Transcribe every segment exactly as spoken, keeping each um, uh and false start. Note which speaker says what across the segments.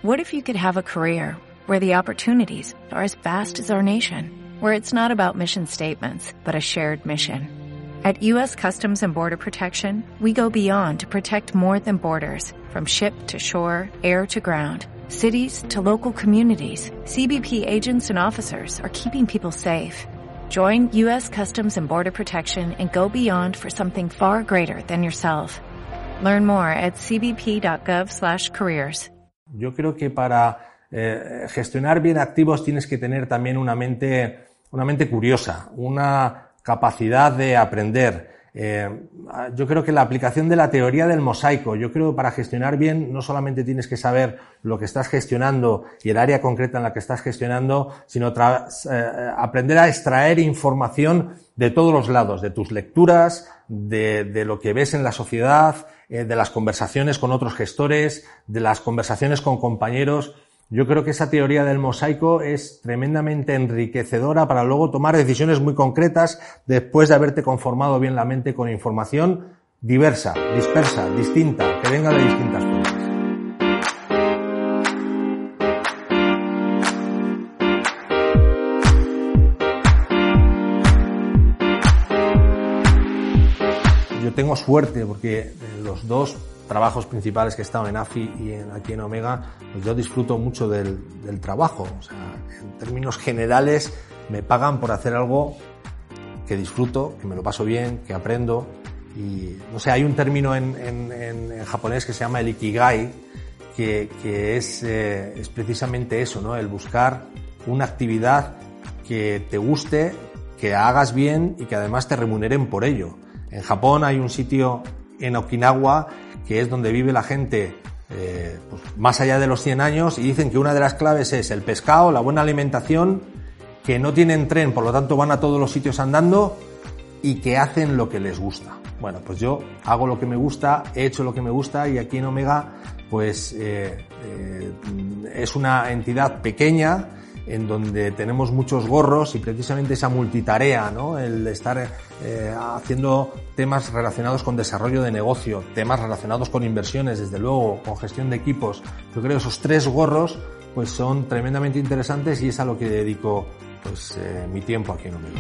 Speaker 1: What if you could have a career where the opportunities are as vast as our nation, where it's not about mission statements, but a shared mission? At U S Customs and Border Protection, we go beyond to protect more than borders, from ship to shore, air to ground, cities to local communities. C B P agents and officers are keeping people safe. Join U S Customs and Border Protection and go beyond for something far greater than yourself. Learn more at c b p dot gov slash careers.
Speaker 2: Yo creo que para eh, gestionar bien activos tienes que tener también una mente, una mente curiosa, una capacidad de aprender. Eh, yo creo que la aplicación de la teoría del mosaico, yo creo que para gestionar bien no solamente tienes que saber lo que estás gestionando y el área concreta en la que estás gestionando, sino tra- eh, aprender a extraer información de todos los lados, de tus lecturas, de, de lo que ves en la sociedad, eh, de las conversaciones con otros gestores, de las conversaciones con compañeros. Yo creo que esa teoría del mosaico es tremendamente enriquecedora para luego tomar decisiones muy concretas después de haberte conformado bien la mente con información diversa, dispersa, distinta, que venga de distintas fuentes. Yo tengo suerte porque los dos trabajos principales que he estado en A F I y en, aquí en Omega, pues yo disfruto mucho del, del trabajo. O sea, en términos generales me pagan por hacer algo que disfruto, que me lo paso bien, que aprendo. Y no sé, hay un término en, en, en, en japonés que se llama el ikigai, que, que es, eh, es precisamente eso, ¿no? El buscar una actividad que te guste, que hagas bien y que además te remuneren por ello. En Japón hay un sitio en Okinawa que es donde vive la gente eh, pues, más allá de los cien años, y dicen que una de las claves es el pescado, la buena alimentación, que no tienen tren, por lo tanto van a todos los sitios andando y que hacen lo que les gusta. Bueno, pues yo hago lo que me gusta, he hecho lo que me gusta, y aquí en Omega pues eh, eh, es una entidad pequeña en donde tenemos muchos gorros y precisamente esa multitarea, ¿no? El estar eh, haciendo temas relacionados con desarrollo de negocio, temas relacionados con inversiones, desde luego, con gestión de equipos. Yo creo que esos tres gorros pues son tremendamente interesantes y es a lo que dedico pues eh, mi tiempo aquí en Omega.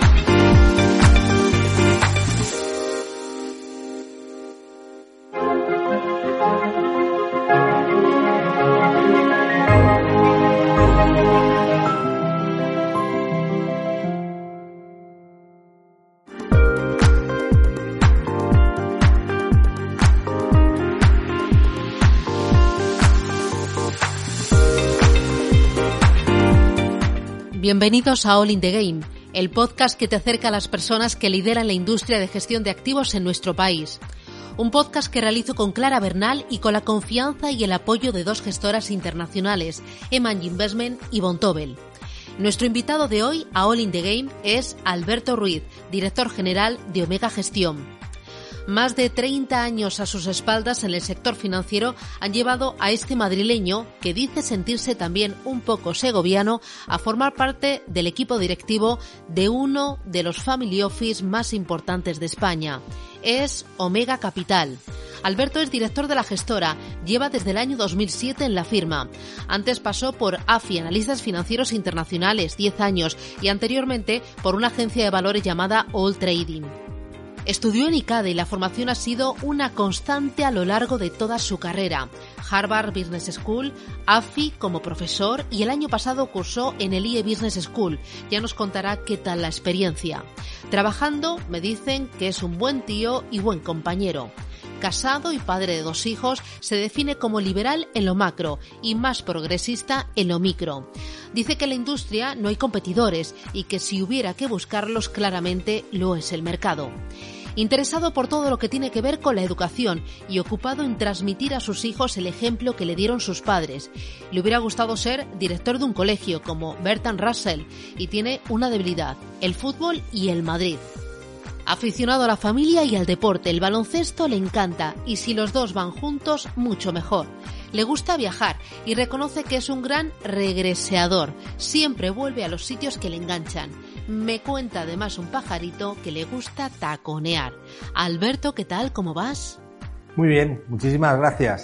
Speaker 3: Bienvenidos a All in the Game, el podcast que te acerca a las personas que lideran la industria de gestión de activos en nuestro país. Un podcast que realizo con Clara Bernal y con la confianza y el apoyo de dos gestoras internacionales, Eman Investment y Vontobel. Nuestro invitado de hoy a All in the Game es Alberto Ruiz, director general de Omega Gestión. Más de treinta años a sus espaldas en el sector financiero han llevado a este madrileño, que dice sentirse también un poco segoviano, a formar parte del equipo directivo de uno de los family office más importantes de España. Es Omega Capital. Alberto es director de la gestora, lleva desde el año dos mil siete en la firma. Antes pasó por A F I, Analistas Financieros Internacionales, diez años, y anteriormente por una agencia de valores llamada All Trading. Estudió en ICADE y la formación ha sido una constante a lo largo de toda su carrera. Harvard Business School, A F I como profesor, y el año pasado cursó en el I E Business School. Ya nos contará qué tal la experiencia. Trabajando, me dicen que es un buen tío y buen compañero. Casado y padre de dos hijos, se define como liberal en lo macro y más progresista en lo micro. Dice que en la industria no hay competidores y que si hubiera que buscarlos, claramente lo es el mercado. Interesado por todo lo que tiene que ver con la educación y ocupado en transmitir a sus hijos el ejemplo que le dieron sus padres. Le hubiera gustado ser director de un colegio como Bertrand Russell y tiene una debilidad: el fútbol y el Madrid. Aficionado a la familia y al deporte, el baloncesto le encanta y si los dos van juntos, mucho mejor. Le gusta viajar y reconoce que es un gran regreseador. Siempre vuelve a los sitios que le enganchan. Me cuenta además un pajarito que le gusta taconear. Alberto, ¿qué tal? ¿Cómo vas?
Speaker 2: Muy bien, muchísimas gracias.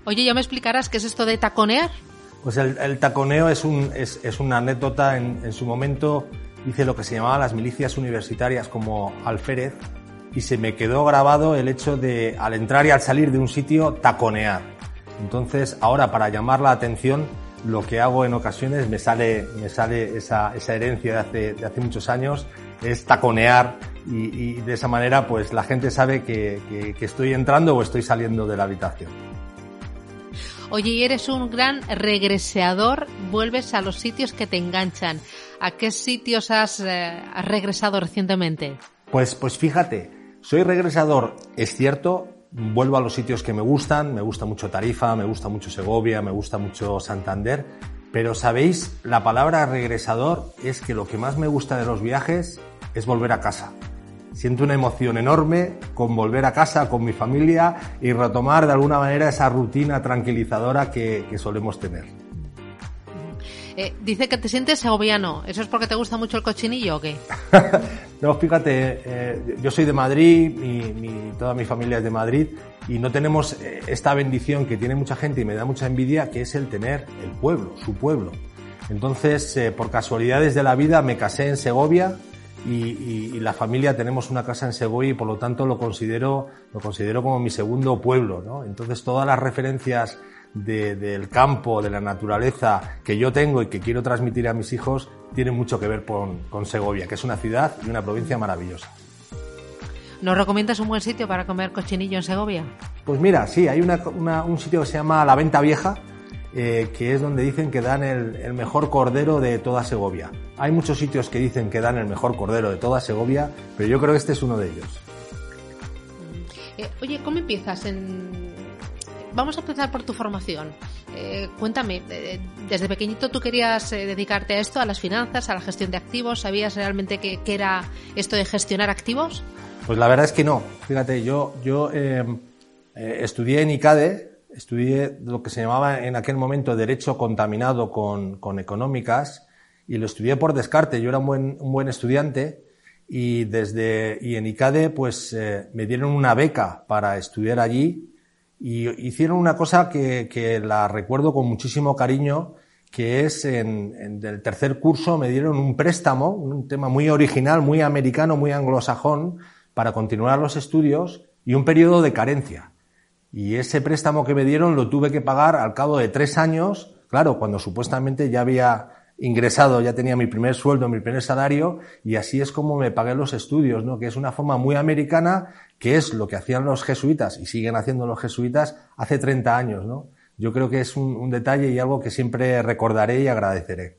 Speaker 3: Oye, ¿ya me explicarás qué es esto de taconear?
Speaker 2: Pues el, el taconeo es, un, es, es una anécdota. En, en su momento hice lo que se llamaban las milicias universitarias como alférez y se me quedó grabado el hecho de, al entrar y al salir de un sitio, taconear. Entonces, ahora para llamar la atención, lo que hago en ocasiones, me sale, me sale esa, esa herencia de hace, de hace muchos años, es taconear y, y de esa manera pues la gente sabe que, que, que estoy entrando o estoy saliendo de la habitación.
Speaker 3: Oye, y eres un gran regreseador, vuelves a los sitios que te enganchan. ¿A qué sitios has, eh, has regresado recientemente?
Speaker 2: Pues, pues fíjate, soy regresador, es cierto, vuelvo a los sitios que me gustan, me gusta mucho Tarifa, me gusta mucho Segovia, me gusta mucho Santander, pero sabéis, la palabra regresador es que lo que más me gusta de los viajes es volver a casa. Siento una emoción enorme con volver a casa, con mi familia y retomar de alguna manera esa rutina tranquilizadora que, que solemos tener.
Speaker 3: Eh, dice que te sientes segoviano. ¿Eso es porque te gusta mucho el cochinillo o qué?
Speaker 2: No, fíjate, eh, yo soy de Madrid, mi, mi, toda mi familia es de Madrid y no tenemos eh, esta bendición que tiene mucha gente y me da mucha envidia, que es el tener el pueblo, su pueblo. Entonces, eh, por casualidades de la vida me casé en Segovia y, y, y la familia tenemos una casa en Segovia y por lo tanto lo considero, lo considero como mi segundo pueblo, ¿no? Entonces todas las referencias De, del campo, de la naturaleza que yo tengo y que quiero transmitir a mis hijos tienen mucho que ver con, con Segovia, que es una ciudad y una provincia maravillosa.
Speaker 3: ¿Nos recomiendas un buen sitio para comer cochinillo en Segovia?
Speaker 2: Pues mira, sí, hay una, una, un sitio que se llama La Venta Vieja, eh, que es donde dicen que dan el, el mejor cordero de toda Segovia. Hay muchos sitios que dicen que dan el mejor cordero de toda Segovia, pero yo creo que este es uno de ellos.
Speaker 3: Eh, oye, ¿cómo empiezas en...? Vamos a empezar por tu formación. Eh, cuéntame, eh, desde pequeñito tú querías eh, dedicarte a esto, a las finanzas, a la gestión de activos. ¿Sabías realmente qué, qué era esto de gestionar activos?
Speaker 2: Pues la verdad es que no. Fíjate, yo, yo eh, eh, estudié en ICADE, estudié lo que se llamaba en aquel momento Derecho contaminado con, con Económicas y lo estudié por descarte. Yo era un buen, un buen estudiante y, desde, y en ICADE pues eh, me dieron una beca para estudiar allí. Y hicieron una cosa que, que la recuerdo con muchísimo cariño, que es en, en el tercer curso me dieron un préstamo, un tema muy original, muy americano, muy anglosajón, para continuar los estudios y un periodo de carencia. Y ese préstamo que me dieron lo tuve que pagar al cabo de tres años, claro, cuando supuestamente ya había ingresado, ya tenía mi primer sueldo, mi primer salario, y así es como me pagué los estudios, ¿no? Que es una forma muy americana, que es lo que hacían los jesuitas y siguen haciendo los jesuitas hace treinta años, ¿no? Yo creo que es un, un detalle y algo que siempre recordaré y agradeceré.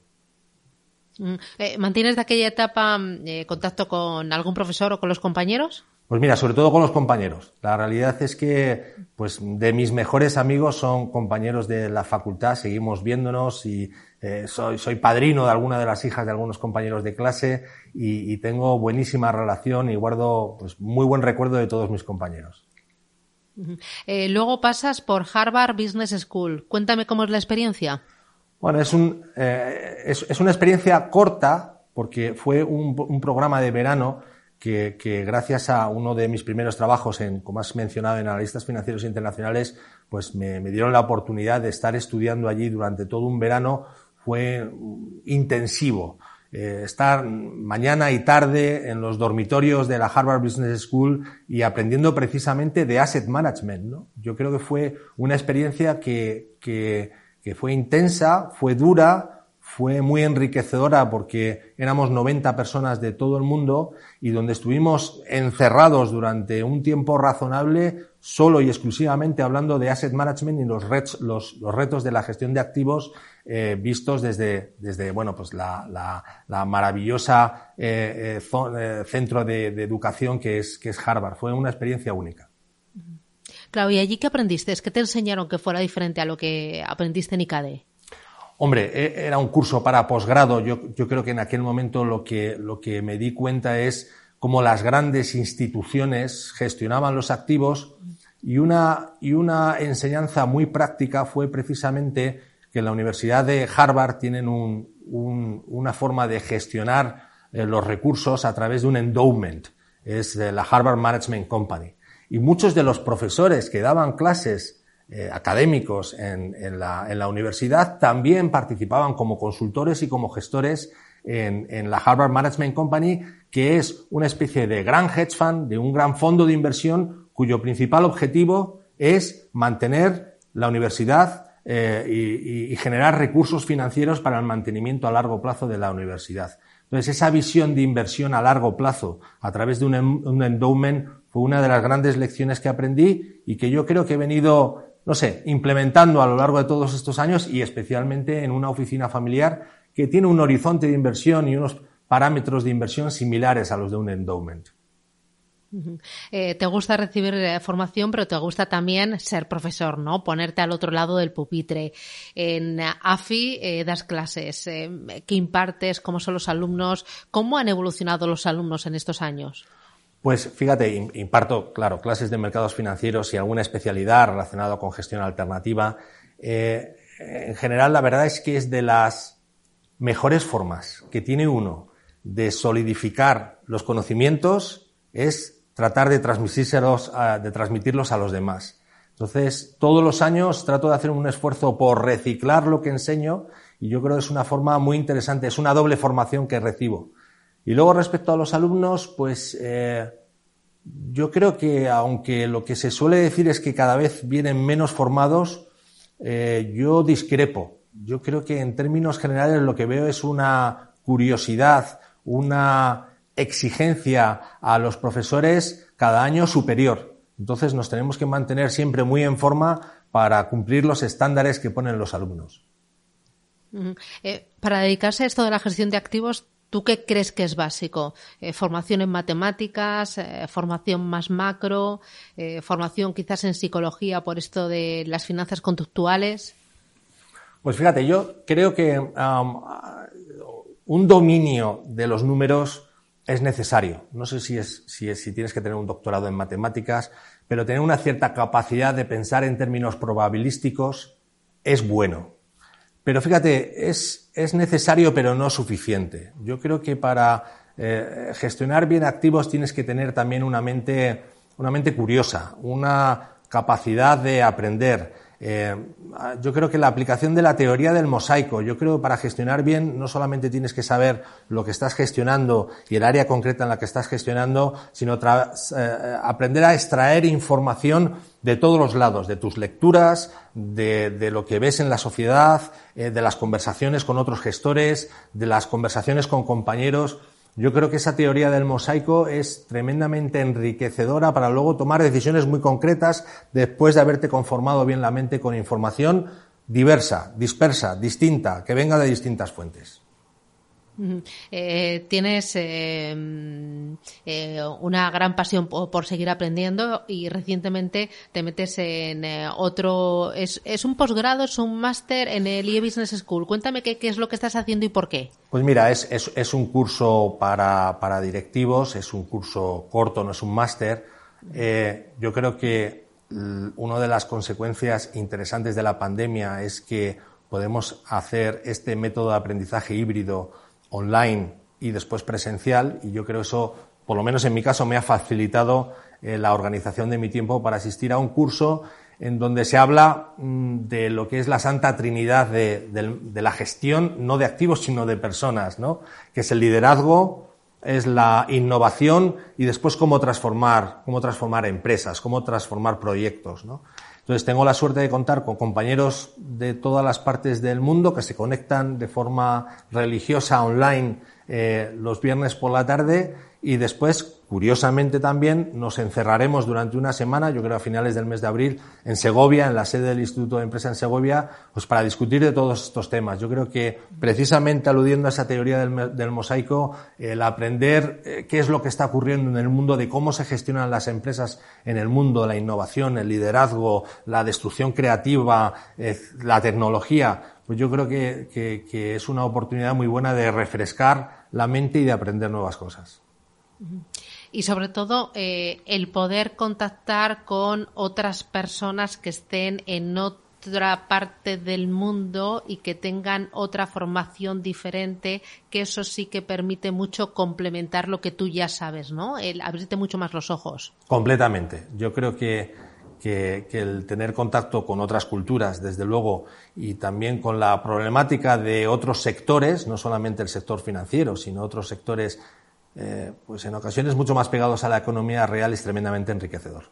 Speaker 3: ¿Mantienes de aquella etapa eh, contacto con algún profesor o con los compañeros?
Speaker 2: Pues mira, sobre todo con los compañeros. La realidad es que, pues, de mis mejores amigos son compañeros de la facultad, seguimos viéndonos y eh, soy, soy padrino de alguna de las hijas de algunos compañeros de clase y, y tengo buenísima relación y guardo, pues, muy buen recuerdo de todos mis compañeros.
Speaker 3: Eh, luego pasas por Harvard Business School. Cuéntame cómo es la experiencia. Bueno,
Speaker 2: es, un, eh, es, es una experiencia corta porque fue un, un programa de verano Que, que gracias a uno de mis primeros trabajos, en, como has mencionado, en analistas financieros internacionales, pues me, me dieron la oportunidad de estar estudiando allí durante todo un verano. Fue intensivo. Eh, estar mañana y tarde en los dormitorios de la Harvard Business School y aprendiendo precisamente de asset management, ¿no? Yo creo que fue una experiencia que, que, que fue intensa, fue dura, fue muy enriquecedora porque éramos noventa personas de todo el mundo y donde estuvimos encerrados durante un tiempo razonable solo y exclusivamente hablando de asset management y los retos, los, los retos de la gestión de activos eh, vistos desde, desde, bueno, pues la, la, la maravillosa eh, eh, zo, eh, centro de, de educación que es, que es Harvard. Fue una experiencia única.
Speaker 3: Claro, ¿y allí qué aprendiste? ¿Qué te enseñaron que fuera diferente a lo que aprendiste en ICADE?
Speaker 2: Hombre, era un curso para posgrado. Yo, yo creo que en aquel momento lo que, lo que me di cuenta es cómo las grandes instituciones gestionaban los activos y una, y una enseñanza muy práctica fue precisamente que en la Universidad de Harvard tienen un, un, una forma de gestionar eh, los recursos a través de un endowment. Es eh, la Harvard Management Company. Y muchos de los profesores que daban clases eh, académicos en, en, la, en la universidad también participaban como consultores y como gestores en, en la Harvard Management Company, que es una especie de gran hedge fund, de un gran fondo de inversión cuyo principal objetivo es mantener la universidad eh, y, y generar recursos financieros para el mantenimiento a largo plazo de la universidad. Entonces, esa visión de inversión a largo plazo a través de un, un endowment fue una de las grandes lecciones que aprendí y que yo creo que he venido, no sé, implementando a lo largo de todos estos años y especialmente en una oficina familiar que tiene un horizonte de inversión y unos parámetros de inversión similares a los de un endowment.
Speaker 3: Uh-huh. Eh, te gusta recibir eh, formación, pero te gusta también ser profesor, ¿no? Ponerte al otro lado del pupitre. En A F I eh, das clases. Eh, ¿Qué impartes? ¿Cómo son los alumnos? ¿Cómo han evolucionado los alumnos en estos años?
Speaker 2: Pues fíjate, imparto, claro, clases de mercados financieros y alguna especialidad relacionada con gestión alternativa. Eh, en general, la verdad es que es de las mejores formas que tiene uno de solidificar los conocimientos es tratar de transmitírselos a, de transmitirlos a los demás. Entonces, todos los años trato de hacer un esfuerzo por reciclar lo que enseño y yo creo que es una forma muy interesante, es una doble formación que recibo. Y luego, respecto a los alumnos, pues eh, yo creo que, aunque lo que se suele decir es que cada vez vienen menos formados, eh, yo discrepo. Yo creo que en términos generales lo que veo es una curiosidad, una exigencia a los profesores cada año superior. Entonces nos tenemos que mantener siempre muy en forma para cumplir los estándares que ponen los alumnos.
Speaker 3: Uh-huh. Eh, para dedicarse a esto de la gestión de activos, ¿tú qué crees que es básico? Eh, ¿Formación en matemáticas? Eh, ¿Formación más macro? Eh, ¿Formación quizás en psicología por esto de las finanzas conductuales?
Speaker 2: Pues fíjate, yo creo que um, un dominio de los números es necesario. No sé si es, si es, si tienes que tener un doctorado en matemáticas, pero tener una cierta capacidad de pensar en términos probabilísticos es bueno. Pero fíjate, es, es necesario pero no suficiente. Yo creo que para eh, gestionar bien activos tienes que tener también una mente, una mente curiosa, una capacidad de aprender. Eh, yo creo que la aplicación de la teoría del mosaico, yo creo que para gestionar bien no solamente tienes que saber lo que estás gestionando y el área concreta en la que estás gestionando, sino tra- eh, aprender a extraer información de todos los lados, de tus lecturas, de, de lo que ves en la sociedad, eh, de las conversaciones con otros gestores, de las conversaciones con compañeros. Yo creo que esa teoría del mosaico es tremendamente enriquecedora para luego tomar decisiones muy concretas después de haberte conformado bien la mente con información diversa, dispersa, distinta, que venga de distintas fuentes.
Speaker 3: Eh, tienes eh, eh, una gran pasión por, por seguir aprendiendo y recientemente te metes en eh, otro, es, es un posgrado, es un máster en el I E Business School. Cuéntame qué, qué es lo que estás haciendo y por qué.
Speaker 2: Pues mira, es, es, es un curso para, para directivos, es un curso corto, no es un máster. Eh, yo creo que una de las consecuencias interesantes de la pandemia es que podemos hacer este método de aprendizaje híbrido online y después presencial, y yo creo eso, por lo menos en mi caso, me ha facilitado eh, la organización de mi tiempo para asistir a un curso en donde se habla mmm, de lo que es la santa trinidad de, de, de la gestión, no de activos, sino de personas, ¿no? Que es el liderazgo, es la innovación y después cómo transformar, cómo transformar empresas, cómo transformar proyectos, ¿no? Entonces tengo la suerte de contar con compañeros de todas las partes del mundo que se conectan de forma religiosa online eh, los viernes por la tarde y después, curiosamente también, nos encerraremos durante una semana, yo creo a finales del mes de abril, en Segovia, en la sede del Instituto de Empresa en Segovia, pues para discutir de todos estos temas. Yo creo que precisamente aludiendo a esa teoría del, del mosaico, el aprender eh, qué es lo que está ocurriendo en el mundo, de cómo se gestionan las empresas en el mundo, la innovación, el liderazgo, la destrucción creativa, eh, la tecnología, pues yo creo que, que, que es una oportunidad muy buena de refrescar la mente y de aprender nuevas cosas.
Speaker 3: Y sobre todo eh, el poder contactar con otras personas que estén en otra parte del mundo y que tengan otra formación diferente, que eso sí que permite mucho complementar lo que tú ya sabes, ¿no? El abrirte mucho más los ojos.
Speaker 2: Completamente. Yo creo que que, que el tener contacto con otras culturas, desde luego, y también con la problemática de otros sectores, no solamente el sector financiero, sino otros sectores, eh, pues en ocasiones mucho más pegados a la economía real, es tremendamente enriquecedor.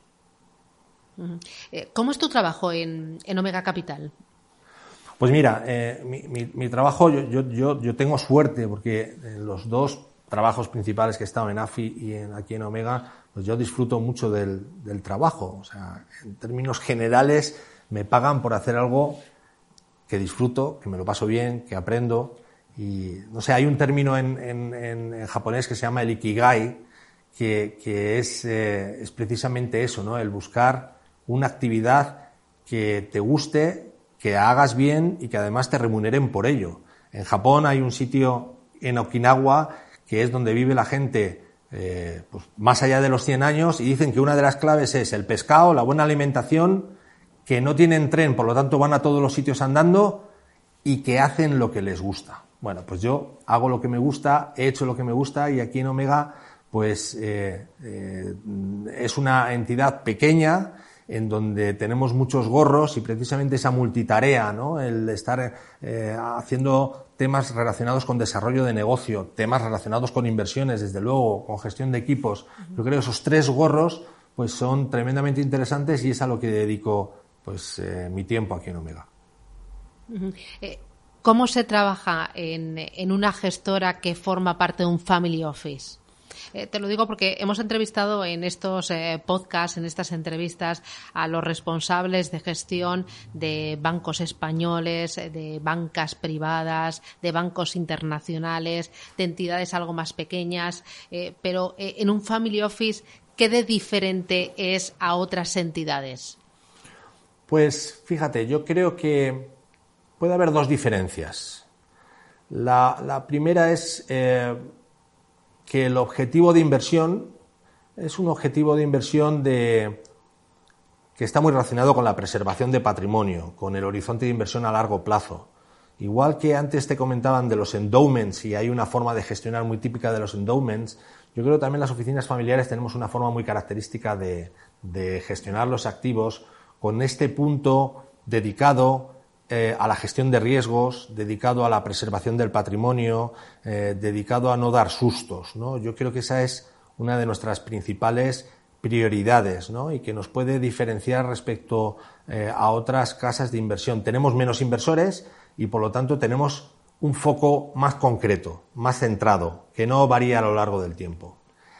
Speaker 3: ¿Cómo es tu trabajo en, en Omega Capital?
Speaker 2: Pues mira, eh, mi, mi, mi trabajo, yo, yo, yo, yo tengo suerte porque en los dos trabajos principales que he estado en A F I y en, aquí en Omega, pues yo disfruto mucho del, del trabajo. O sea, en términos generales me pagan por hacer algo que disfruto, que me lo paso bien, que aprendo. Y no sé, hay un término en, en, en, en japonés que se llama el ikigai, que, que es, eh, es precisamente eso, ¿no? El buscar una actividad que te guste, que hagas bien y que además te remuneren por ello. En Japón hay un sitio en Okinawa que es donde vive la gente eh, pues más allá de los cien años, y dicen que una de las claves es el pescado, la buena alimentación, que no tienen tren, por lo tanto van a todos los sitios andando y que hacen lo que les gusta. Bueno, pues yo hago lo que me gusta, he hecho lo que me gusta, y aquí en Omega pues eh, eh, es una entidad pequeña en donde tenemos muchos gorros, y precisamente esa multitarea, ¿no? El estar eh, haciendo temas relacionados con desarrollo de negocio, temas relacionados con inversiones, desde luego, con gestión de equipos. Yo creo que esos tres gorros pues son tremendamente interesantes, y es a lo que dedico pues eh, mi tiempo aquí en Omega.
Speaker 3: Uh-huh. Eh, ¿Cómo se trabaja en, en una gestora que forma parte de un family office? Eh, te lo digo porque hemos entrevistado en estos eh, podcasts, en estas entrevistas, a los responsables de gestión de bancos españoles, de bancas privadas, de bancos internacionales, de entidades algo más pequeñas, eh, pero eh, en un family office, ¿qué de diferente es a otras entidades?
Speaker 2: Pues fíjate, yo creo que puede haber dos diferencias. La, la primera es eh, que el objetivo de inversión es un objetivo de inversión de, que está muy relacionado con la preservación de patrimonio, con el horizonte de inversión a largo plazo. Igual que antes te comentaban de los endowments, y hay una forma de gestionar muy típica de los endowments, yo creo que también las oficinas familiares tenemos una forma muy característica de, de gestionar los activos con este punto dedicado eh, a la gestión de riesgos, dedicado a la preservación del patrimonio, eh, dedicado a no dar sustos, ¿no? Yo creo que esa es una de nuestras principales prioridades, ¿no? Y que nos puede diferenciar respecto eh, a otras casas de inversión. Tenemos menos inversores y, por lo tanto, tenemos un foco más concreto, más centrado, que no varía a lo largo del tiempo.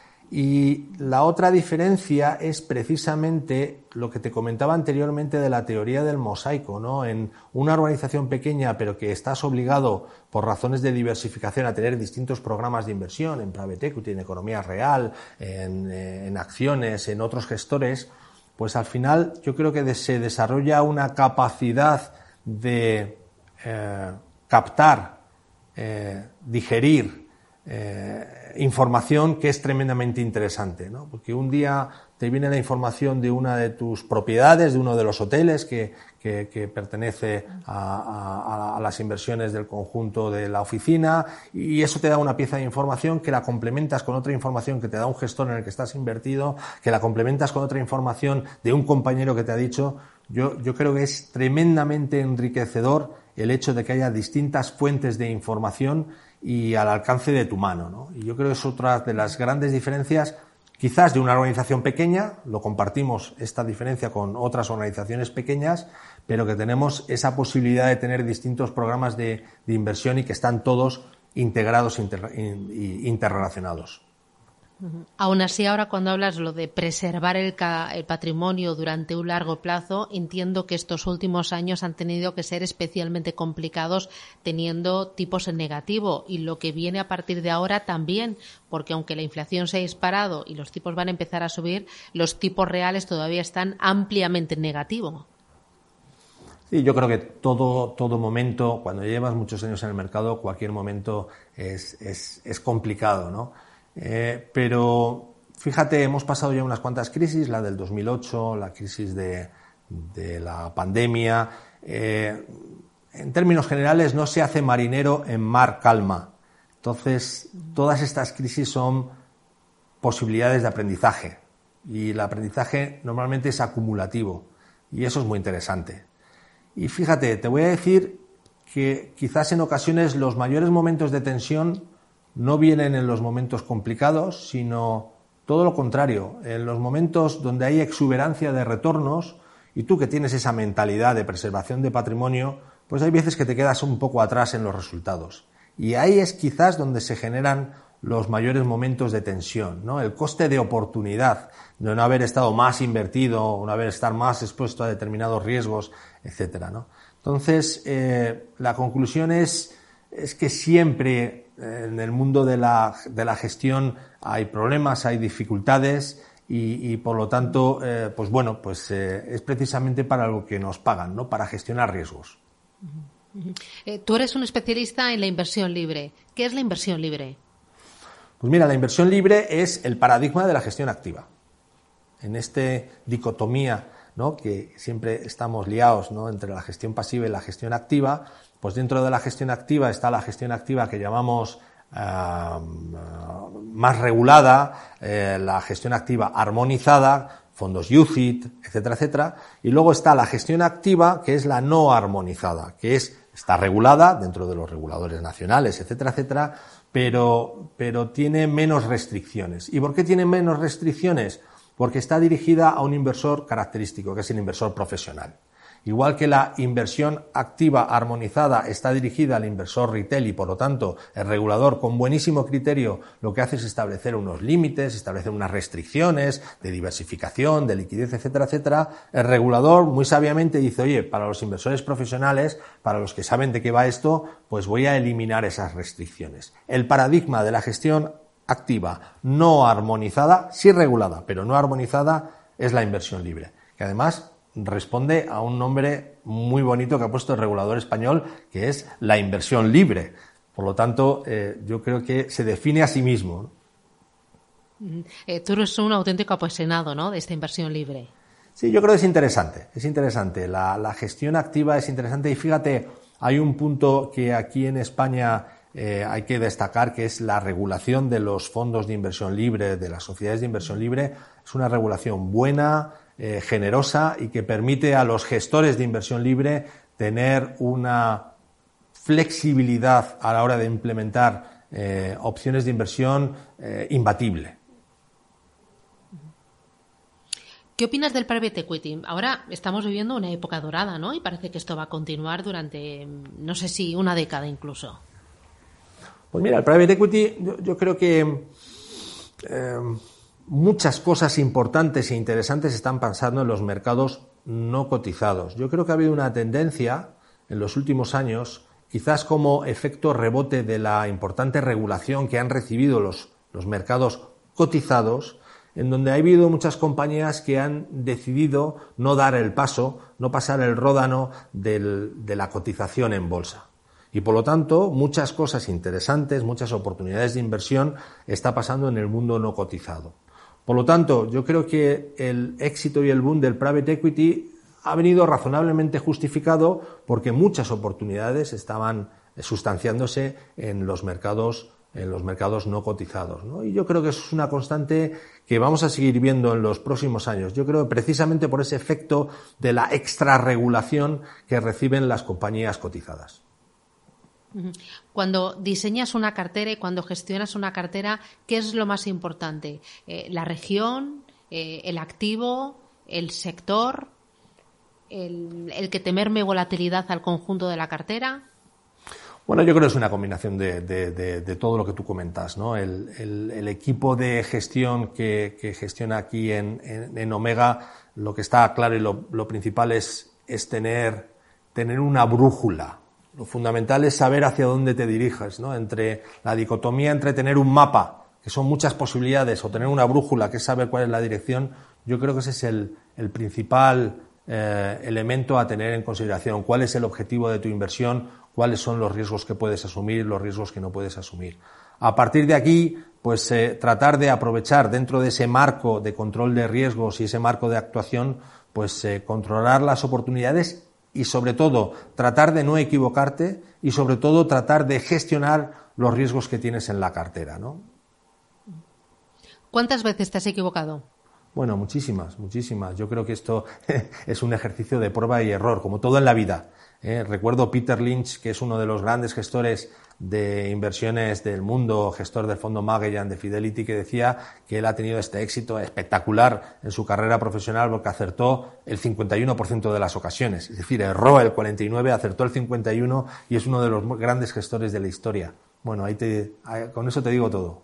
Speaker 2: Y la otra diferencia es precisamente lo que te comentaba anteriormente de la teoría del mosaico, ¿no? En una organización pequeña, pero que estás obligado por razones de diversificación a tener distintos programas de inversión en private equity, en economía real, en, en acciones, en otros gestores, pues al final yo creo que se desarrolla una capacidad de eh, captar, eh, digerir, eh, información que es tremendamente interesante, ¿no? Porque un día te viene la información de una de tus propiedades, de uno de los hoteles que, que, que pertenece a, a, a las inversiones del conjunto de la oficina, y eso te da una pieza de información que la complementas con otra información que te da un gestor en el que estás invertido, que la complementas con otra información de un compañero que te ha dicho. Yo, yo creo que es tremendamente enriquecedor el hecho de que haya distintas fuentes de información y al alcance de tu mano, ¿no? Y yo creo que es otra de las grandes diferencias, quizás de una organización pequeña, lo compartimos esta diferencia con otras organizaciones pequeñas, pero que tenemos esa posibilidad de tener distintos programas de, de inversión y que están todos integrados e inter, interrelacionados.
Speaker 3: Uh-huh. Aún así, ahora cuando hablas lo de preservar el, ca- el patrimonio durante un largo plazo, entiendo que estos últimos años han tenido que ser especialmente complicados teniendo tipos en negativo, y lo que viene a partir de ahora también, porque aunque la inflación se ha disparado y los tipos van a empezar a subir, los tipos reales todavía están ampliamente en negativo.
Speaker 2: Sí, yo creo que todo, todo momento, cuando llevas muchos años en el mercado, cualquier momento es, es, es complicado, ¿no? Eh, pero fíjate, hemos pasado ya unas cuantas crisis, la del dos mil ocho, la crisis de, de la pandemia. Eh, en términos generales, no se hace marinero en mar calma. Entonces, todas estas crisis son posibilidades de aprendizaje. y el aprendizaje normalmente es acumulativo y eso es muy interesante. Y fíjate, te voy a decir que quizás en ocasiones los mayores momentos de tensión no vienen en los momentos complicados, sino todo lo contrario, en los momentos donde hay exuberancia de retornos y tú que tienes esa mentalidad de preservación de patrimonio, pues hay veces que te quedas un poco atrás en los resultados. Y ahí es quizás donde se generan los mayores momentos de tensión, ¿no? El coste de oportunidad, de no haber estado más invertido, no haber estado más expuesto a determinados riesgos, etcétera, ¿no? Entonces, eh, la conclusión es, es que siempre eh, en el mundo de la, de la gestión hay problemas, hay dificultades y, y por lo tanto, eh, pues bueno, pues eh, es precisamente para lo que nos pagan, ¿no? Para gestionar riesgos.
Speaker 3: Uh-huh. Eh, tú eres un especialista en la inversión libre. ¿Qué es la inversión libre?
Speaker 2: Pues mira, la inversión libre es el paradigma de la gestión activa. En esta dicotomía, ¿no?, que siempre estamos liados, ¿no?, entre la gestión pasiva y la gestión activa, pues dentro de la gestión activa está la gestión activa que llamamos uh, más regulada, eh, la gestión activa armonizada, fondos U C I T, etcétera, etcétera, y luego está la gestión activa que es la no armonizada, que es está regulada dentro de los reguladores nacionales, etcétera, etcétera, pero, pero tiene menos restricciones. ¿Y por qué tiene menos restricciones? Porque está dirigida a un inversor característico, que es el inversor profesional. Igual que la inversión activa armonizada está dirigida al inversor retail y, por lo tanto, el regulador con buenísimo criterio lo que hace es establecer unos límites, establecer unas restricciones de diversificación, de liquidez, etcétera, etcétera. El regulador muy sabiamente dice, oye, para los inversores profesionales, para los que saben de qué va esto, pues voy a eliminar esas restricciones. El paradigma de la gestión activa no armonizada, sí regulada, pero no armonizada, es la inversión libre, que además responde a un nombre muy bonito que ha puesto el regulador español, que es la inversión libre. Por lo tanto, eh, yo creo que se define a sí mismo.
Speaker 3: Eh, tú eres un auténtico apasionado, ¿no?, de esta inversión libre.
Speaker 2: Sí, yo creo que es interesante, es interesante. La, la gestión activa es interesante y fíjate, hay un punto que aquí en España eh, hay que destacar, que es la regulación de los fondos de inversión libre, de las sociedades de inversión libre. Es una regulación buena, Eh, generosa y que permite a los gestores de inversión libre tener una flexibilidad a la hora de implementar eh, opciones de inversión eh, imbatible.
Speaker 3: ¿Qué opinas del private equity? Ahora estamos viviendo una época dorada, ¿no? Y parece que esto va a continuar durante, no sé si una década incluso.
Speaker 2: Pues mira, el private equity yo, yo creo que eh, muchas cosas importantes e interesantes están pasando en los mercados no cotizados. Yo creo que ha habido una tendencia en los últimos años, quizás como efecto rebote de la importante regulación que han recibido los, los mercados cotizados, en donde ha habido muchas compañías que han decidido no dar el paso, no pasar el ródano del, de la cotización en bolsa. Y por lo tanto, muchas cosas interesantes, muchas oportunidades de inversión está pasando en el mundo no cotizado. Por lo tanto, yo creo que el éxito y el boom del private equity ha venido razonablemente justificado porque muchas oportunidades estaban sustanciándose en los mercados, en los mercados no cotizados, ¿no? Y yo creo que eso es una constante que vamos a seguir viendo en los próximos años. Yo creo que precisamente por ese efecto de la extrarregulación que reciben las compañías cotizadas.
Speaker 3: Cuando diseñas una cartera y cuando gestionas una cartera, ¿qué es lo más importante? Eh, ¿La región, eh, el activo, el sector, el, el que te merme volatilidad al conjunto de la cartera?
Speaker 2: Bueno, yo creo que es una combinación de, de, de, de todo lo que tú comentas, ¿no? El, el, el equipo de gestión que, que gestiona aquí en, en, en Omega, lo que está claro y lo, lo principal es, es tener, tener una brújula. Lo fundamental es saber hacia dónde te diriges, ¿no? Entre la dicotomía entre tener un mapa, que son muchas posibilidades, o tener una brújula, que es saber cuál es la dirección, yo creo que ese es el, el principal eh, elemento a tener en consideración. ¿Cuál es el objetivo de tu inversión? ¿Cuáles son los riesgos que puedes asumir, los riesgos que no puedes asumir? A partir de aquí, pues eh, tratar de aprovechar dentro de ese marco de control de riesgos y ese marco de actuación, pues eh, controlar las oportunidades y sobre todo tratar de no equivocarte y sobre todo tratar de gestionar los riesgos que tienes en la cartera, ¿no?
Speaker 3: ¿Cuántas veces te has equivocado?
Speaker 2: Bueno, muchísimas, muchísimas. Yo creo que esto es un ejercicio de prueba y error, como todo en la vida. ¿eh? Recuerdo Peter Lynch, que es uno de los grandes gestores de inversiones del mundo, gestor del fondo Magellan de Fidelity, que decía que él ha tenido este éxito espectacular en su carrera profesional porque acertó el cincuenta y uno por ciento de las ocasiones. Es decir, erró el cuarenta y nueve por ciento, acertó el cincuenta y uno por ciento y es uno de los grandes gestores de la historia. Bueno, ahí te, con eso te digo todo.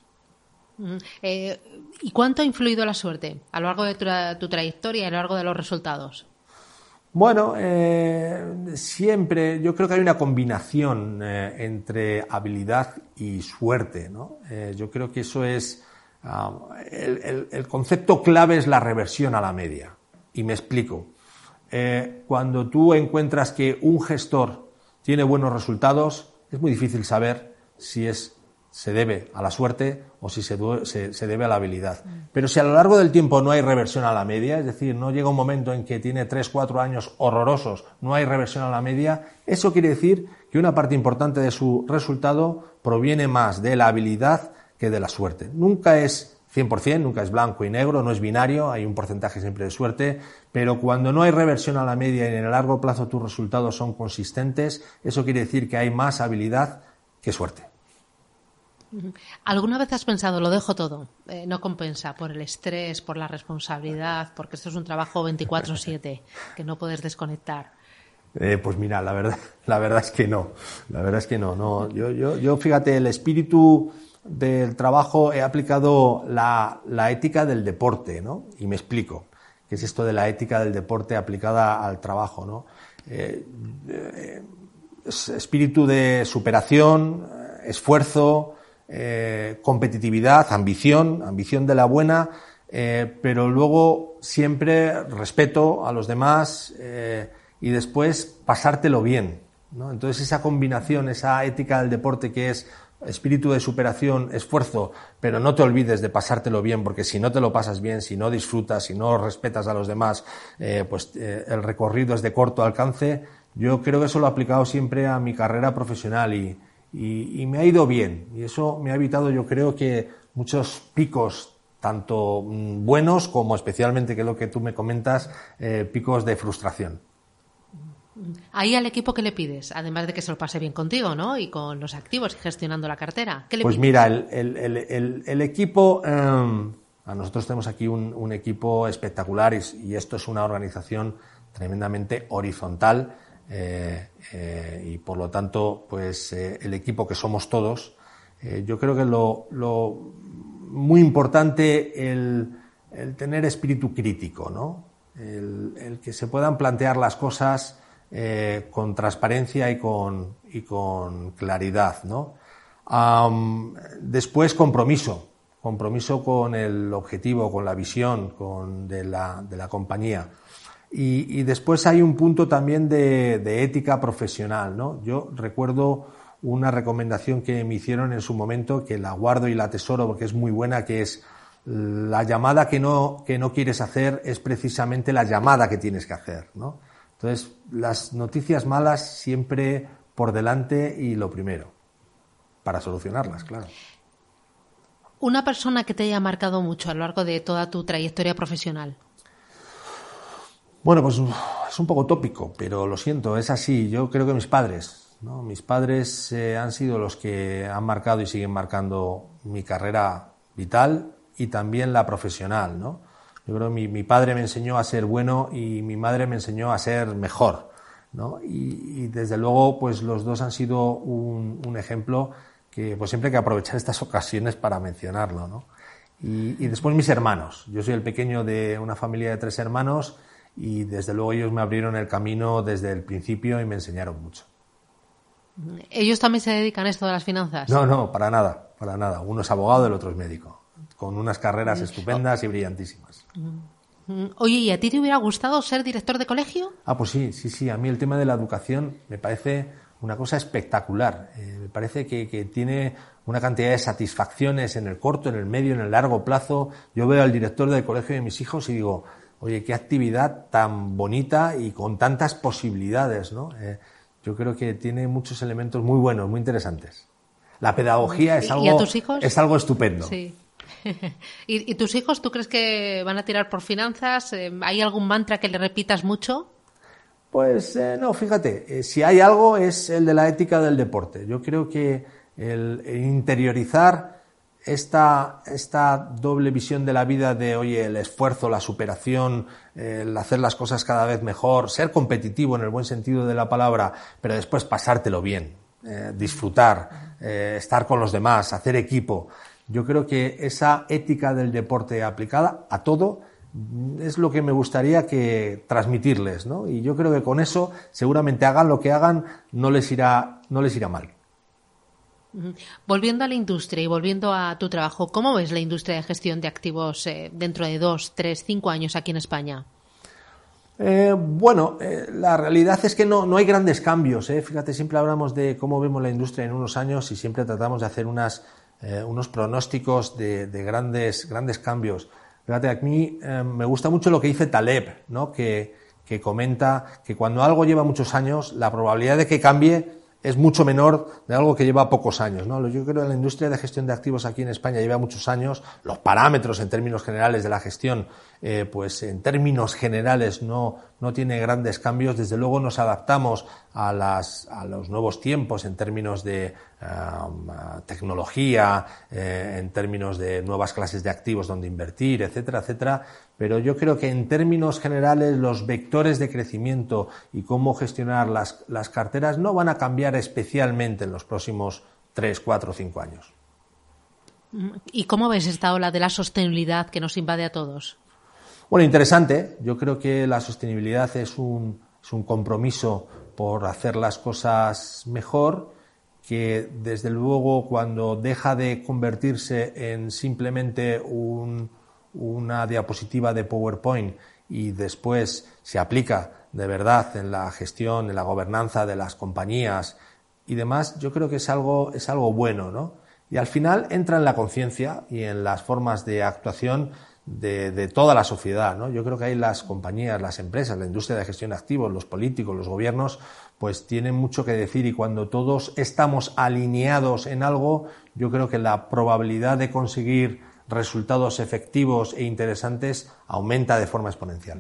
Speaker 3: Eh, ¿Y cuánto ha influido la suerte a lo largo de tu, tu trayectoria y a lo largo de los resultados?
Speaker 2: Bueno, eh, siempre yo creo que hay una combinación eh, entre habilidad y suerte, ¿no? Eh, yo creo que eso es uh, el, el, el concepto clave es la reversión a la media. Y me explico. Eh, cuando tú encuentras que un gestor tiene buenos resultados, es muy difícil saber si es se debe a la suerte o si se, se, se debe a la habilidad. Pero si a lo largo del tiempo no hay reversión a la media, es decir, no llega un momento en que tiene tres, cuatro años horrorosos, no hay reversión a la media, eso quiere decir que una parte importante de su resultado proviene más de la habilidad que de la suerte. Nunca es cien por ciento, nunca es blanco y negro, no es binario, hay un porcentaje siempre de suerte, pero cuando no hay reversión a la media y en el largo plazo tus resultados son consistentes, eso quiere decir que hay más habilidad que suerte.
Speaker 3: ¿Alguna vez has pensado, lo dejo todo, eh, no compensa por el estrés, por la responsabilidad, porque esto es un trabajo veinticuatro siete, que no puedes desconectar?
Speaker 2: Eh, pues mira, la verdad, la verdad es que no, la verdad es que no, no. Yo, yo, yo fíjate, el espíritu del trabajo he aplicado la, la ética del deporte, ¿no? Y me explico, ¿qué es esto de la ética del deporte aplicada al trabajo, ¿no? Eh, eh, espíritu de superación, esfuerzo, Eh, competitividad, ambición, ambición de la buena, eh, pero luego siempre respeto a los demás eh, y después pasártelo bien, ¿no? Entonces esa combinación, esa ética del deporte que es espíritu de superación, esfuerzo, pero no te olvides de pasártelo bien, porque si no te lo pasas bien, si no disfrutas, si no respetas a los demás, eh, pues eh, el recorrido es de corto alcance. Yo creo que eso lo he aplicado siempre a mi carrera profesional y Y, y me ha ido bien, y eso me ha evitado, yo creo, que muchos picos, tanto buenos como especialmente, que es lo que tú me comentas, eh, picos de frustración.
Speaker 3: Ahí al equipo, ¿qué le pides? Además de que se lo pase bien contigo, ¿no? Y con los activos y gestionando la cartera. ¿Qué le
Speaker 2: pues
Speaker 3: pides?
Speaker 2: Mira, el, el, el, el, el equipo, eh, a nosotros tenemos aquí un, un equipo espectacular y, y esto es una organización tremendamente horizontal. Eh, eh, y por lo tanto pues eh, el equipo que somos todos eh, yo creo que lo, lo muy importante el, el tener espíritu crítico, ¿no? el, el que se puedan plantear las cosas eh, con transparencia y con, y con claridad, ¿no? Um, después compromiso compromiso con el objetivo, con la visión con, de, la, de la compañía. Y, y después hay un punto también de, de ética profesional, ¿no? Yo recuerdo una recomendación que me hicieron en su momento, que la guardo y la atesoro porque es muy buena, que es la llamada que no, que no quieres hacer es precisamente la llamada que tienes que hacer, ¿no? Entonces, las noticias malas siempre por delante y lo primero, para solucionarlas, claro.
Speaker 3: Una persona que te haya marcado mucho a lo largo de toda tu trayectoria profesional.
Speaker 2: Bueno, pues es un poco tópico, pero lo siento, es así. Yo creo que mis padres, ¿no? Mis padres eh, han sido los que han marcado y siguen marcando mi carrera vital y también la profesional, ¿no? Yo creo que mi, mi padre me enseñó a ser bueno y mi madre me enseñó a ser mejor, ¿no? Y, y desde luego, pues los dos han sido un, un ejemplo que pues siempre hay que aprovechar estas ocasiones para mencionarlo, ¿no? Y, y después mis hermanos. Yo soy el pequeño de una familia de tres hermanos. Y desde luego ellos me abrieron el camino desde el principio y me enseñaron mucho.
Speaker 3: ¿Ellos también se dedican a esto de las finanzas?
Speaker 2: No, no, para nada, para nada. Uno es abogado, el otro es médico, con unas carreras estupendas y brillantísimas.
Speaker 3: Oye, ¿y a ti te hubiera gustado ser director de colegio?
Speaker 2: Ah, pues sí, sí, sí. A mí el tema de la educación me parece una cosa espectacular. Eh, me parece que, que tiene una cantidad de satisfacciones en el corto, en el medio, en el largo plazo. Yo veo al director del colegio de mis hijos y digo, oye, qué actividad tan bonita y con tantas posibilidades, ¿no? Eh, yo creo que tiene muchos elementos muy buenos, muy interesantes. La pedagogía es algo,
Speaker 3: ¿Y a tus hijos?
Speaker 2: Es algo estupendo.
Speaker 3: Sí. ¿Y, ¿Y tus hijos, tú crees que van a tirar por finanzas? ¿Hay algún mantra que le repitas mucho?
Speaker 2: Pues eh, no, fíjate, eh, si hay algo es el de la ética del deporte. Yo creo que el, el interiorizar esta, esta doble visión de la vida de, oye, el esfuerzo, la superación, el hacer las cosas cada vez mejor, ser competitivo en el buen sentido de la palabra, pero después pasártelo bien, eh, disfrutar, eh, estar con los demás, hacer equipo. Yo creo que esa ética del deporte aplicada a todo es lo que me gustaría que transmitirles, ¿no? Y yo creo que con eso seguramente hagan lo que hagan, no les irá, no les irá mal.
Speaker 3: Volviendo a la industria y volviendo a tu trabajo, ¿cómo ves la industria de gestión de activos eh, dentro de dos, tres, cinco años aquí en España?
Speaker 2: Eh, bueno, eh, la realidad es que no, no hay grandes cambios, ¿eh? Fíjate, siempre hablamos de cómo vemos la industria en unos años y siempre tratamos de hacer unas, eh, unos pronósticos de, de grandes, grandes cambios. Fíjate, a mí eh, me gusta mucho lo que dice Taleb, ¿no? Que, que comenta que cuando algo lleva muchos años, la probabilidad de que cambie es mucho menor de algo que lleva pocos años, ¿no? Yo creo que la industria de gestión de activos aquí en España lleva muchos años. Los parámetros en términos generales de la gestión, eh, pues en términos generales no, no tiene grandes cambios. Desde luego nos adaptamos a, las, a los nuevos tiempos en términos de um, tecnología, eh, en términos de nuevas clases de activos donde invertir, etcétera, etcétera. Pero yo creo que en términos generales los vectores de crecimiento y cómo gestionar las, las carteras no van a cambiar especialmente en los próximos tres, cuatro o cinco años.
Speaker 3: ¿Y cómo ves esta ola de la sostenibilidad que nos invade a todos?
Speaker 2: Bueno, interesante. Yo creo que la sostenibilidad es un, es un compromiso por hacer las cosas mejor, que desde luego cuando deja de convertirse en simplemente un una diapositiva de PowerPoint y después se aplica de verdad en la gestión, en la gobernanza de las compañías y demás, yo creo que es algo, es algo bueno, ¿no? Y al final entra en la conciencia y en las formas de actuación de, de toda la sociedad, ¿no? Yo creo que ahí las compañías, las empresas, la industria de gestión de activos, los políticos, los gobiernos, pues tienen mucho que decir, y cuando todos estamos alineados en algo, yo creo que la probabilidad de conseguir resultados efectivos e interesantes aumenta de forma exponencial.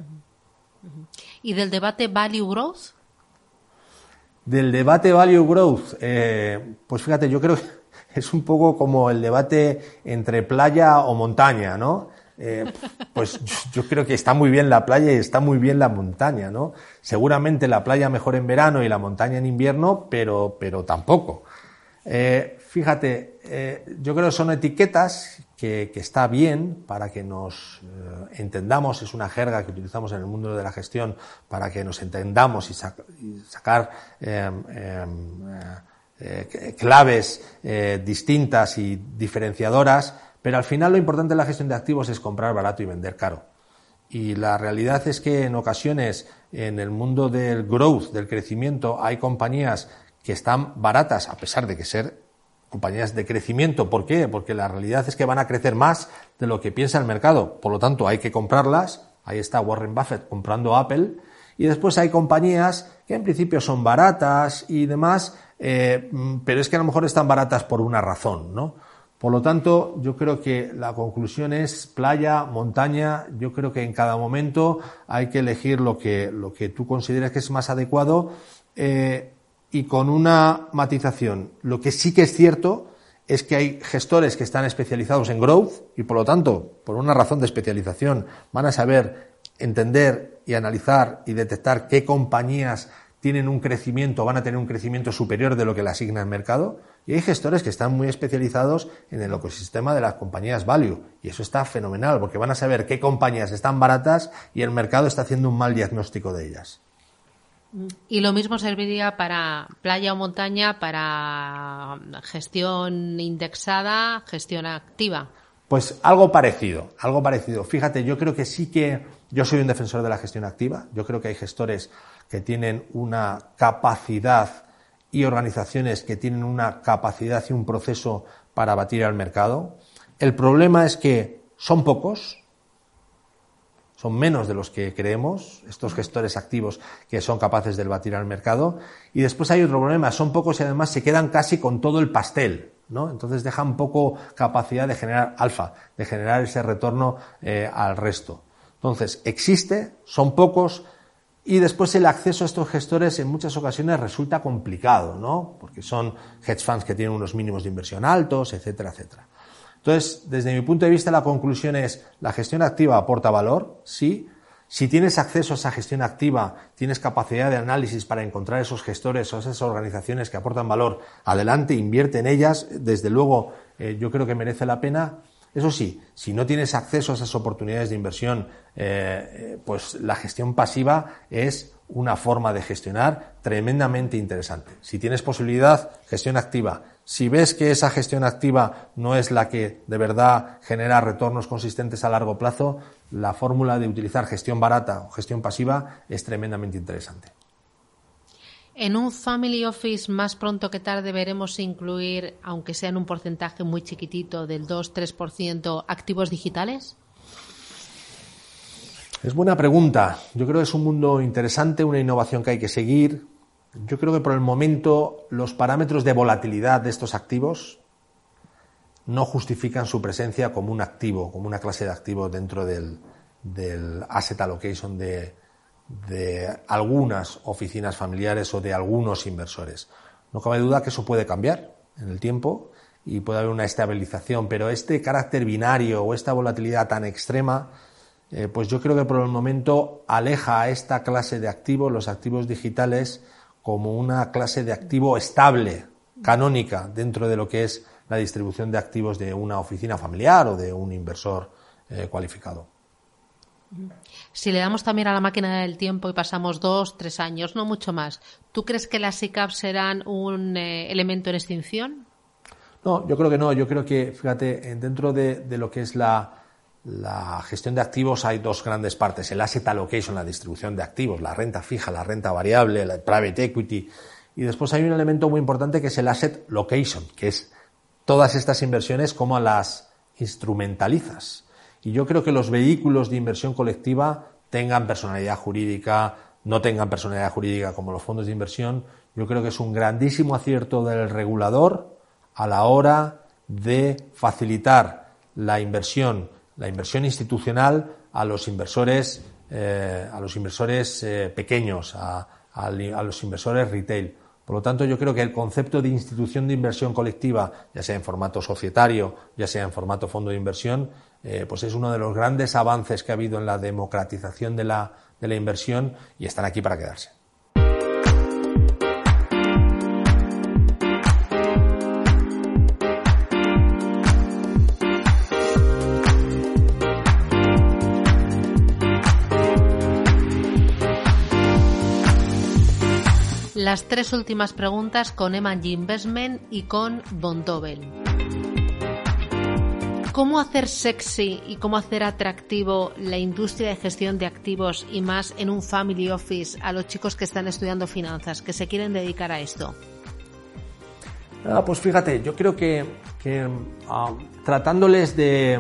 Speaker 3: ¿Y del debate Value Growth?
Speaker 2: Del debate Value Growth, eh, pues fíjate, yo creo que es un poco como el debate entre playa o montaña, ¿no? Eh, pues yo, yo creo que está muy bien la playa y está muy bien la montaña, ¿no? Seguramente la playa mejor en verano y la montaña en invierno, pero, pero tampoco. Eh, fíjate, eh, yo creo que son etiquetas que, que está bien para que nos eh, entendamos, es una jerga que utilizamos en el mundo de la gestión para que nos entendamos y, sac y sacar eh, eh, eh, claves eh, distintas y diferenciadoras, pero al final lo importante en la gestión de activos es comprar barato y vender caro. Y la realidad es que en ocasiones en el mundo del growth, del crecimiento, hay compañías que están baratas a pesar de que ser compañías de crecimiento. ¿Por qué? Porque la realidad es que van a crecer más de lo que piensa el mercado. Por lo tanto, hay que comprarlas. Ahí está Warren Buffett comprando Apple. Y después hay compañías que en principio son baratas y demás, eh, pero es que a lo mejor están baratas por una razón, ¿no? Por lo tanto, yo creo que la conclusión es playa, montaña. Yo creo que en cada momento hay que elegir lo que, lo que tú consideres que es más adecuado, eh, y con una matización. Lo que sí que es cierto es que hay gestores que están especializados en growth y, por lo tanto, por una razón de especialización, van a saber entender y analizar y detectar qué compañías tienen un crecimiento, van a tener un crecimiento superior de lo que le asigna el mercado. Y hay gestores que están muy especializados en el ecosistema de las compañías value. Y eso está fenomenal, porque van a saber qué compañías están baratas y el mercado está haciendo un mal diagnóstico de ellas.
Speaker 3: Y lo mismo serviría para playa o montaña, para gestión indexada, gestión activa.
Speaker 2: Pues algo parecido, algo parecido. Fíjate, yo creo que sí que yo soy un defensor de la gestión activa. Yo creo que hay gestores que tienen una capacidad y organizaciones que tienen una capacidad y un proceso para batir al mercado. El problema es que son pocos. Son menos de los que creemos, estos gestores activos que son capaces de batir al mercado. Y después hay otro problema, son pocos y además se quedan casi con todo el pastel. ¿no? Entonces dejan poco capacidad de generar alfa, de generar ese retorno eh, al resto. Entonces existe, son pocos, y después el acceso a estos gestores en muchas ocasiones resulta complicado, ¿no? Porque son hedge funds que tienen unos mínimos de inversión altos, etcétera, etcétera. Entonces, desde mi punto de vista, la conclusión es, la gestión activa aporta valor, sí. Si tienes acceso a esa gestión activa, tienes capacidad de análisis para encontrar esos gestores o esas organizaciones que aportan valor, adelante, invierte en ellas, desde luego eh, yo creo que merece la pena. Eso sí, si no tienes acceso a esas oportunidades de inversión, eh, pues la gestión pasiva es una forma de gestionar tremendamente interesante. Si tienes posibilidad, gestión activa. Si ves que esa gestión activa no es la que de verdad genera retornos consistentes a largo plazo, la fórmula de utilizar gestión barata o gestión pasiva es tremendamente interesante.
Speaker 3: En un family office más pronto que tarde veremos incluir, aunque sea en un porcentaje muy chiquitito del dos a tres por ciento, activos digitales.
Speaker 2: Es buena pregunta. Yo creo que es un mundo interesante, una innovación que hay que seguir. Yo creo que por el momento los parámetros de volatilidad de estos activos no justifican su presencia como un activo, como una clase de activo dentro del, del asset allocation de, de algunas oficinas familiares o de algunos inversores. No cabe duda que eso puede cambiar en el tiempo y puede haber una estabilización, pero este carácter binario o esta volatilidad tan extrema, eh, pues yo creo que por el momento aleja a esta clase de activos, los activos digitales, como una clase de activo estable, canónica, dentro de lo que es la distribución de activos de una oficina familiar o de un inversor eh, cualificado.
Speaker 3: Si le damos también a la máquina del tiempo y pasamos dos, tres años, no mucho más, ¿tú crees que las S I C A P serán un eh, elemento en extinción?
Speaker 2: No, yo creo que no. Yo creo que, fíjate, dentro de, de lo que es la, la gestión de activos hay dos grandes partes. El asset allocation, la distribución de activos, la renta fija, la renta variable, la private equity. Y después hay un elemento muy importante que es el asset location, que es todas estas inversiones, cómo las instrumentalizas. Y yo creo que los vehículos de inversión colectiva tengan personalidad jurídica, no tengan personalidad jurídica como los fondos de inversión, yo creo que es un grandísimo acierto del regulador a la hora de facilitar la inversión, la inversión institucional a los inversores, eh, a los inversores eh, pequeños, a, a, a los inversores retail. Por lo tanto, yo creo que el concepto de institución de inversión colectiva, ya sea en formato societario, ya sea en formato fondo de inversión, eh, pues es uno de los grandes avances que ha habido en la democratización de la, de la inversión y están aquí para quedarse.
Speaker 3: Las tres últimas preguntas con M and G Investment y con Vontobel. ¿Cómo hacer sexy y cómo hacer atractivo la industria de gestión de activos y más en un family office a los chicos que están estudiando finanzas, que se quieren dedicar a esto?
Speaker 2: Ah, pues fíjate, yo creo que, que uh, tratándoles de,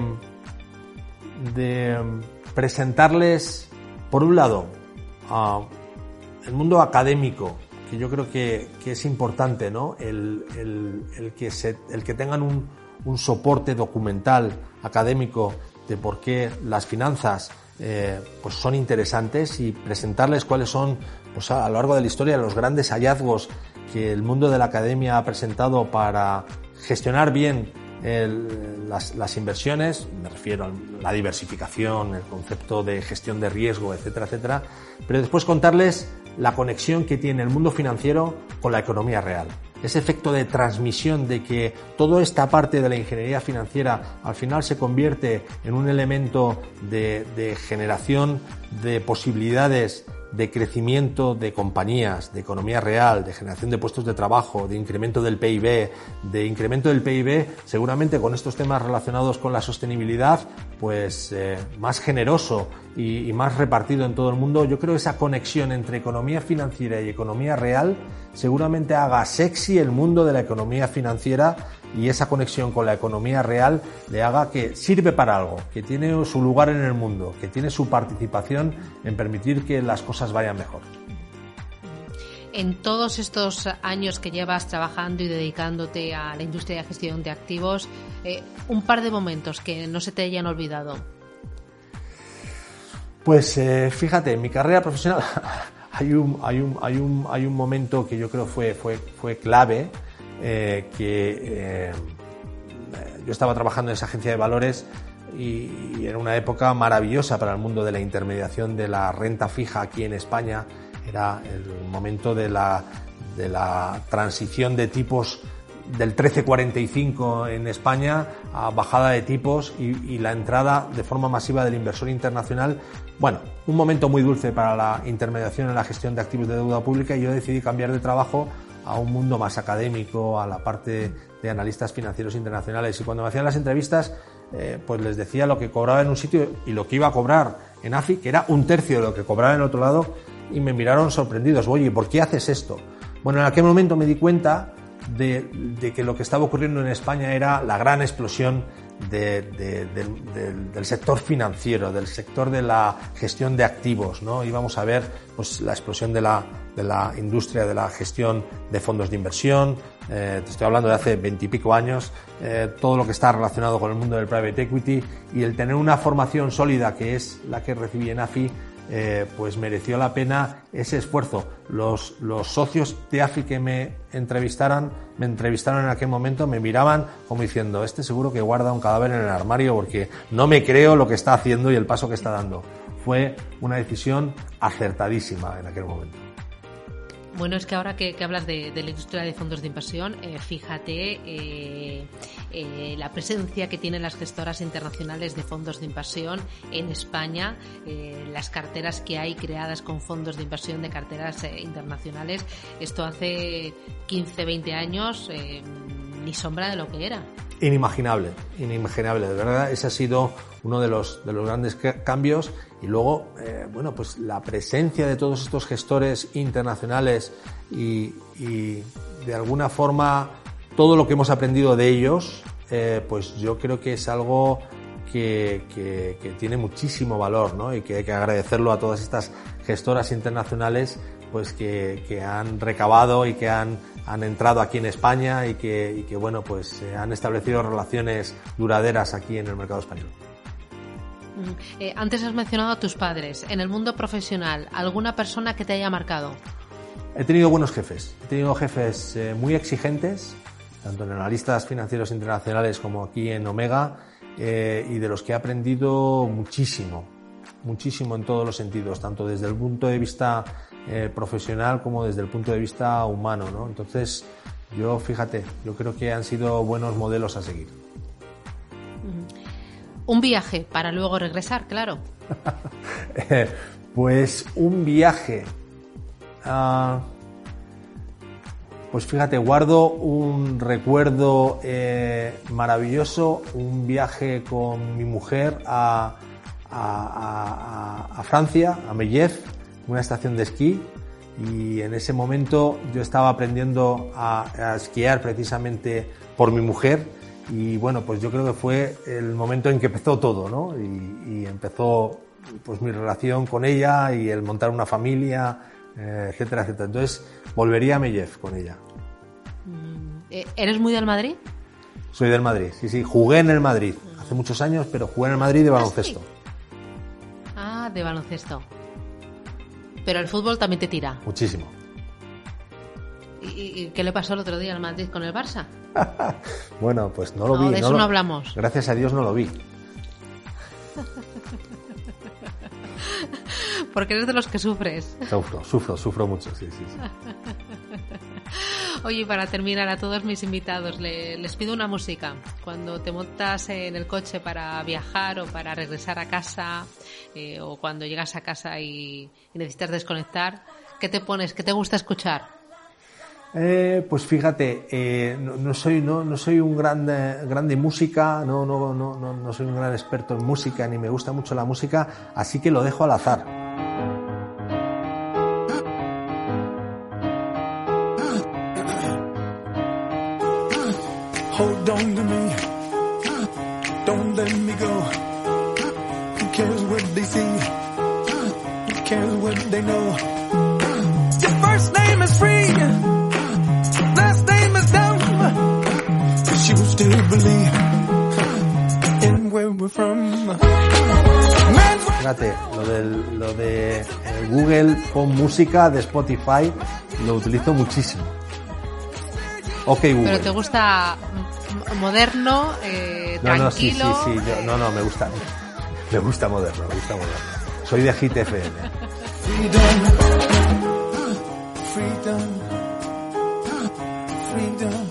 Speaker 2: de presentarles, por un lado, uh, el mundo académico, que yo creo que, que es importante, ¿no? El, el, el, que, se, el que tengan un, un soporte documental académico de por qué las finanzas eh, pues son interesantes y presentarles cuáles son, pues a, a lo largo de la historia, los grandes hallazgos que el mundo de la academia ha presentado para gestionar bien el, las, las inversiones. Me refiero a la diversificación, el concepto de gestión de riesgo, etcétera, etcétera, pero después contarles la conexión que tiene el mundo financiero con la economía real. Ese efecto de transmisión de que toda esta parte de la ingeniería financiera al final se convierte en un elemento de, de generación de posibilidades de crecimiento de compañías, de economía real, de generación de puestos de trabajo, de incremento del P I B, de incremento del P I B, seguramente con estos temas relacionados con la sostenibilidad, pues eh, más generoso y, y más repartido en todo el mundo. Yo creo que esa conexión entre economía financiera y economía real seguramente haga sexy el mundo de la economía financiera y esa conexión con la economía real le haga que sirve para algo, que tiene su lugar en el mundo, que tiene su participación en permitir que las cosas vayan mejor.
Speaker 3: En todos estos años que llevas trabajando y dedicándote a la industria de gestión de activos, eh, un par de momentos que no se te hayan olvidado.
Speaker 2: Pues eh, fíjate, en mi carrera profesional hay un, hay un, hay un, hay un momento que yo creo fue, fue, fue clave, eh, que eh, yo estaba trabajando en esa agencia de valores y, y era una época maravillosa para el mundo de la intermediación de la renta fija aquí en España. Era el momento de la, de la transición de tipos del trece cuarenta y cinco en España a bajada de tipos y, y la entrada de forma masiva del inversor internacional. Bueno, un momento muy dulce para la intermediación en la gestión de activos de deuda pública, y yo decidí cambiar de trabajo a un mundo más académico, a la parte de analistas financieros internacionales. Y cuando me hacían las entrevistas, eh, pues les decía lo que cobraba en un sitio y lo que iba a cobrar en A F I, que era un tercio de lo que cobraba en otro lado, y me miraron sorprendidos. Oye, ¿por qué haces esto? Bueno, en aquel momento me di cuenta de, de que lo que estaba ocurriendo en España era la gran explosión de, de, de, de, del sector financiero, del sector de la gestión de activos, ¿no? Íbamos a ver pues la explosión de la, de la industria de la gestión de fondos de inversión. Eh, te estoy hablando de hace veintipico años, eh, todo lo que está relacionado con el mundo del private equity, y el tener una formación sólida, que es la que recibí en A F I, Eh, pues mereció la pena ese esfuerzo. Los, los socios de A F I que me entrevistaran, me entrevistaron en aquel momento, me miraban como diciendo, este seguro que guarda un cadáver en el armario porque no me creo lo que está haciendo y el paso que está dando. Fue una decisión acertadísima en aquel momento.
Speaker 3: Bueno, es que ahora que, que hablas de, de la industria de fondos de inversión, eh, fíjate eh, eh, la presencia que tienen las gestoras internacionales de fondos de inversión en España, eh, las carteras que hay creadas con fondos de inversión de carteras eh, internacionales. Esto hace quince, veinte años, eh, ni sombra de lo que era.
Speaker 2: Inimaginable, inimaginable, de verdad. Ese ha sido uno de los, de los grandes cambios. Y luego, eh, bueno, pues la presencia de todos estos gestores internacionales y, y de alguna forma todo lo que hemos aprendido de ellos, eh, pues yo creo que es algo que, que, que tiene muchísimo valor, ¿no? Y que hay que agradecerlo a todas estas gestoras internacionales, pues que, que han recabado y que han, han entrado aquí en España y que, y que bueno, pues eh, han establecido relaciones duraderas aquí en el mercado español.
Speaker 3: Eh, antes has mencionado a tus padres. En el mundo profesional, ¿alguna persona que te haya marcado?
Speaker 2: He tenido buenos jefes. He tenido jefes eh, muy exigentes, tanto en analistas financieros internacionales como aquí en Omega, eh, y de los que he aprendido muchísimo, muchísimo en todos los sentidos, tanto desde el punto de vista eh, profesional como desde el punto de vista humano, ¿no? Entonces, yo, fíjate, yo creo que han sido buenos modelos a seguir.
Speaker 3: Un viaje para luego regresar, claro.
Speaker 2: eh, pues un viaje. Uh, pues fíjate, guardo un recuerdo eh, maravilloso, un viaje con mi mujer a, a, a, a Francia, a Megève, una estación de esquí. Y en ese momento yo estaba aprendiendo a, a esquiar precisamente por mi mujer. Y bueno, pues yo creo que fue el momento en que empezó todo, ¿no? Y, y empezó pues mi relación con ella y el montar una familia, eh, etcétera, etcétera. Entonces volvería a Megève con ella.
Speaker 3: ¿Eres muy del Madrid?
Speaker 2: Soy del Madrid, sí, sí. Jugué en el Madrid hace muchos años, pero jugué en el Madrid de baloncesto.
Speaker 3: Ah, de baloncesto. Pero el fútbol también te tira.
Speaker 2: Muchísimo.
Speaker 3: ¿Y qué le pasó el otro día al Madrid con el Barça?
Speaker 2: Bueno, pues no lo
Speaker 3: no,
Speaker 2: vi.
Speaker 3: De eso
Speaker 2: no,
Speaker 3: no
Speaker 2: lo...
Speaker 3: hablamos.
Speaker 2: Gracias a Dios no lo vi.
Speaker 3: Porque eres de los que sufres.
Speaker 2: Sufro, sufro, sufro mucho, sí, sí, sí.
Speaker 3: Oye, para terminar, a todos mis invitados le, les pido una música. Cuando te montas en el coche para viajar o para regresar a casa, eh, o cuando llegas a casa y, y necesitas desconectar, ¿qué te pones? ¿Qué te gusta escuchar?
Speaker 2: Eh, pues fíjate, eh, no, no soy no, no soy un gran grande música, no, no no no no soy un gran experto en música ni me gusta mucho la música, así que lo dejo al azar. Hold on to me, don't let me go. Who cares what they see? Who cares what they know?
Speaker 4: first name is free, last name is dumb. Cause you still believe in where we're from.
Speaker 2: Fíjate, lo, del, lo de eh, Google Pon Música de Spotify lo utilizo muchísimo. Ok, Google.
Speaker 3: Pero te gusta moderno, eh,
Speaker 2: no,
Speaker 3: tranquilo.
Speaker 2: No, sí, sí, sí. Yo, no, no, me gusta. Me gusta moderno, me gusta moderno. Soy de Hit F M.
Speaker 4: Freedom, freedom, freedom.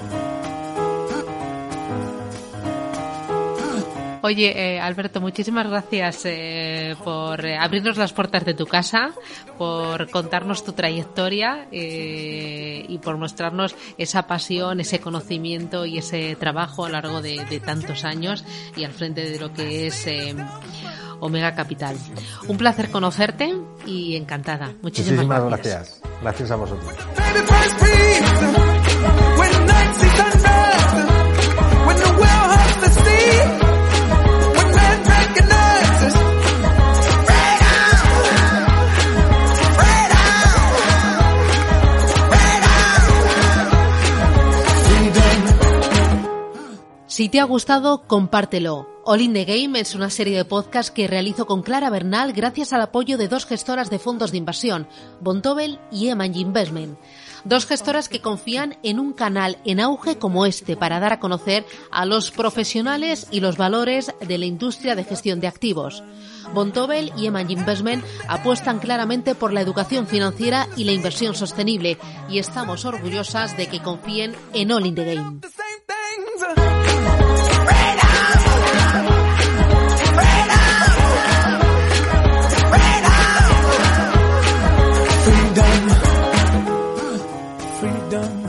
Speaker 3: Oye, eh, Alberto, muchísimas gracias eh, por eh, abrirnos las puertas de tu casa, por contarnos tu trayectoria eh, y por mostrarnos esa pasión, ese conocimiento y ese trabajo a lo largo de, de tantos años y al frente de lo que es eh, Omega Capital. Un placer conocerte y encantada. Muchísimas,
Speaker 2: Muchísimas
Speaker 3: gracias.
Speaker 2: gracias. Gracias a vosotros.
Speaker 3: Si te ha gustado, compártelo. All in the Game es una serie de podcasts que realizo con Clara Bernal gracias al apoyo de dos gestoras de fondos de inversión, Vontobel y Emangy Investment. Dos gestoras que confían en un canal en auge como este para dar a conocer a los profesionales y los valores de la industria de gestión de activos. Vontobel y Emangy Investment apuestan claramente por la educación financiera y la inversión sostenible y estamos orgullosas de que confíen en All in the Game.
Speaker 4: Freedom,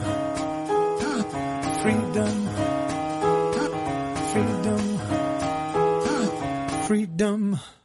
Speaker 4: freedom, freedom, freedom.